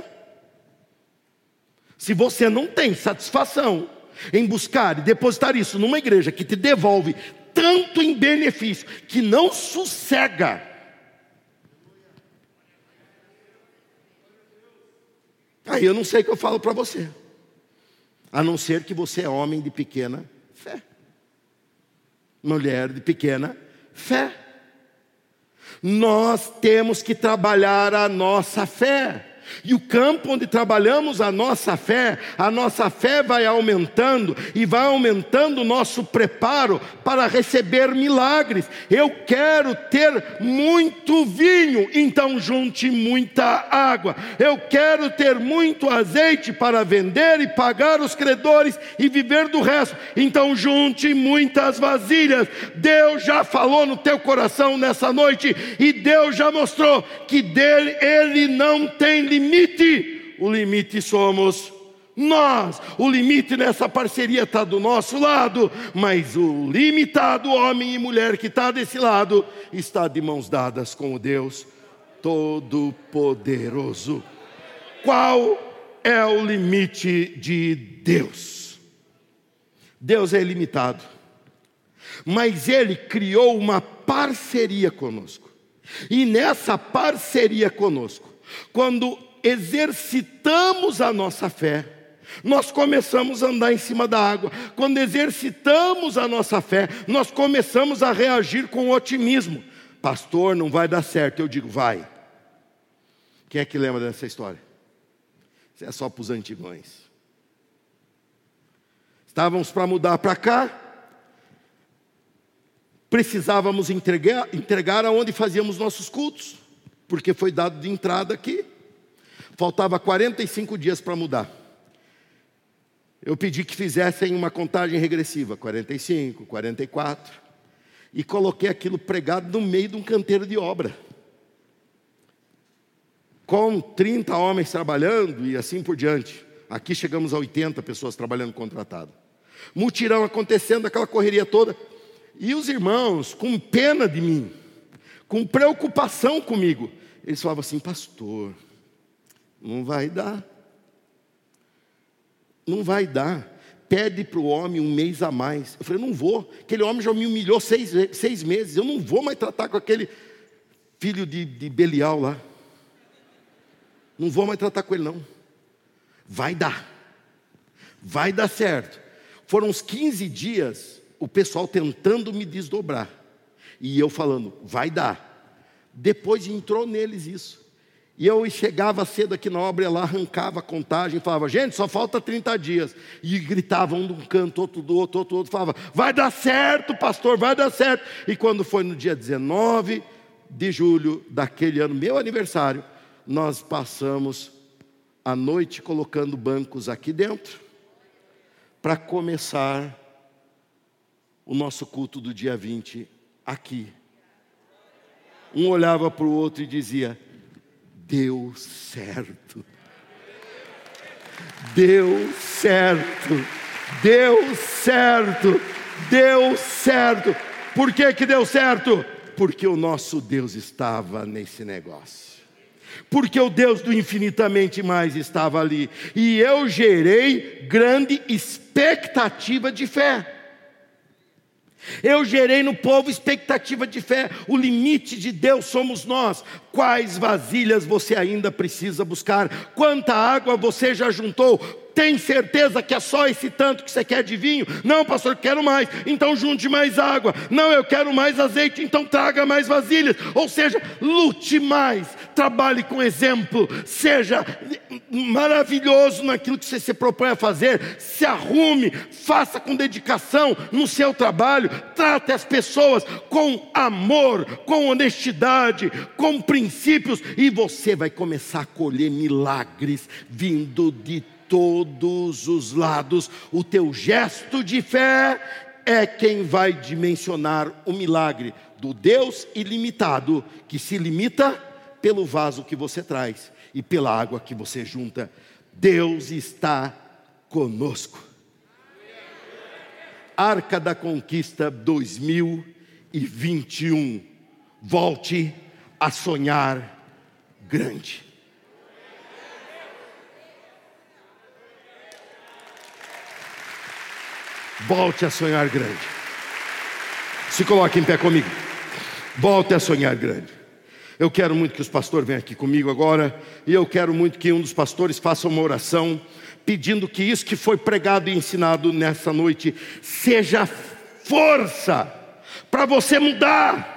Se você não tem satisfação em buscar e depositar isso numa igreja que te devolve tanto em benefício, que não sossega, aí eu não sei o que eu falo para você, a não ser que você é homem de pequena fé, mulher de pequena fé. Nós temos que trabalhar a nossa fé. E o campo onde trabalhamos a nossa fé vai aumentando, e vai aumentando o nosso preparo para receber milagres. Eu quero ter muito vinho, então junte muita água. Eu quero ter muito azeite para vender e pagar os credores e viver do resto, então junte muitas vasilhas. Deus já falou no teu coração nessa noite, e Deus já mostrou que dele Ele não tem limite. O limite somos nós. O limite nessa parceria está do nosso lado, mas o limitado homem e mulher que está desse lado está de mãos dadas com o Deus Todo-Poderoso. Qual é o limite de Deus? Deus é ilimitado, mas Ele criou uma parceria conosco, e nessa parceria conosco, quando exercitamos a nossa fé, nós começamos a andar em cima da água. Quando exercitamos a nossa fé, nós começamos a reagir com otimismo. Pastor, não vai dar certo. Eu digo, vai. Quem é que lembra dessa história? Isso é só para os antigões. Estávamos para mudar para cá, precisávamos entregar aonde fazíamos nossos cultos, porque foi dado de entrada aqui. Faltava 45 dias para mudar. Eu pedi que fizessem uma contagem regressiva, 45, 44, e coloquei aquilo pregado no meio de um canteiro de obra, com 30 homens trabalhando e assim por diante. Aqui chegamos a 80 pessoas trabalhando contratado. Mutirão acontecendo, aquela correria toda, e os irmãos com pena de mim, com preocupação comigo, eles falavam assim, pastor, não vai dar. Não vai dar. pede para o homem um mês a mais. Eu falei, não vou, aquele homem já me humilhou 6 meses, eu não vou mais tratar com aquele filho de Belial lá. Não vou mais tratar com ele não. Vai dar certo. Foram uns 15 dias, o pessoal tentando me desdobrar, e eu falando, vai dar. Depois entrou neles isso. E eu chegava cedo aqui na obra, ia lá, arrancava a contagem, falava, gente, só falta 30 dias. E gritavam um de um canto, outro do outro, falava, vai dar certo, pastor, vai dar certo. E quando foi no dia 19 de julho daquele ano, meu aniversário, nós passamos a noite colocando bancos aqui dentro, para começar o nosso culto do dia 20 aqui. Um olhava para o outro e dizia, deu certo. Deu certo. Deu certo. Deu certo. Por que que deu certo? Porque o nosso Deus estava nesse negócio. Porque o Deus do infinitamente mais estava ali. E eu gerei grande expectativa de fé. Eu gerei no povo expectativa de fé. O limite de Deus somos nós. Quais vasilhas você ainda precisa buscar? Quanta água você já juntou? Tem certeza que é só esse tanto que você quer de vinho? Não, pastor, quero mais. Então junte mais água. Não, eu quero mais azeite. Então traga mais vasilhas. Ou seja, lute mais. Trabalhe com exemplo. Seja maravilhoso naquilo que você se propõe a fazer. Se arrume. Faça com dedicação no seu trabalho. Trate as pessoas com amor, com honestidade, com princípios. E você vai começar a colher milagres vindo de todos os lados. O teu gesto de fé é quem vai dimensionar o milagre do Deus ilimitado, que se limita pelo vaso que você traz e pela água que você junta. Deus está conosco. Arca da Conquista 2021. Volte a sonhar grande. Volte a sonhar grande. Se coloque em pé comigo. Volte a sonhar grande. Eu quero muito que os pastores venham aqui comigo agora. E eu quero muito que um dos pastores faça uma oração, pedindo que isso que foi pregado e ensinado nessa noite seja força para você mudar.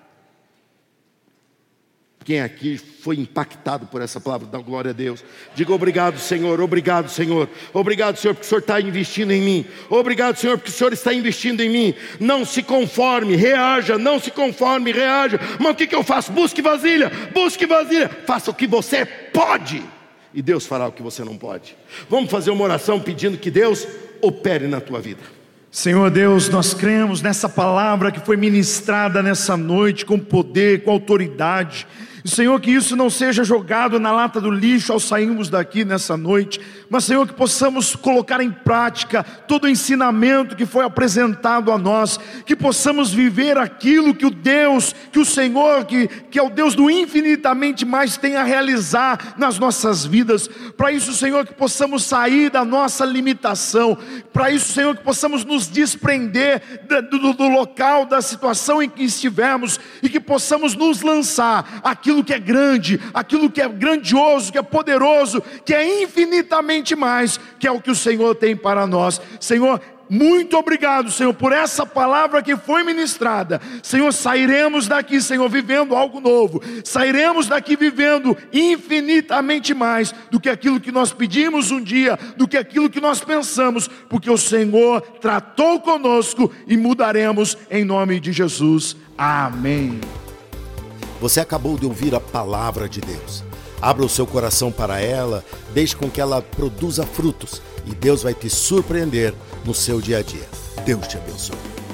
Quem aqui foi impactado por essa palavra, dá glória a Deus. Diga obrigado, Senhor, obrigado, Senhor. Obrigado, Senhor, porque o Senhor está investindo em mim. Obrigado, Senhor, porque o Senhor está investindo em mim. Não se conforme, reaja. Não se conforme, reaja. Mas o que eu faço? Busque vasilha, busque vasilha. Faça o que você pode, e Deus fará o que você não pode. Vamos fazer uma oração pedindo que Deus opere na tua vida. Senhor Deus, nós cremos nessa palavra que foi ministrada nessa noite com poder, com autoridade. Senhor, que isso não seja jogado na lata do lixo ao sairmos daqui nessa noite, mas Senhor, que possamos colocar em prática todo o ensinamento que foi apresentado a nós, que possamos viver aquilo que o Deus, que o Senhor, que é o Deus do infinitamente mais tem a realizar nas nossas vidas. Para isso, Senhor, que possamos sair da nossa limitação, para isso, Senhor, que possamos nos desprender do local, da situação em que estivermos, e que possamos nos lançar aquilo que é grande, aquilo que é grandioso, que é poderoso, que é infinitamente mais, que é o que o Senhor tem para nós. Senhor, muito obrigado, Senhor, por essa palavra que foi ministrada. Senhor, sairemos daqui, Senhor, vivendo algo novo. Sairemos daqui vivendo infinitamente mais do que aquilo que nós pedimos um dia, do que aquilo que nós pensamos, porque o Senhor tratou conosco e mudaremos em nome de Jesus. Amém. Você acabou de ouvir a palavra de Deus. Abra o seu coração para ela, deixe com que ela produza frutos, e Deus vai te surpreender no seu dia a dia. Deus te abençoe.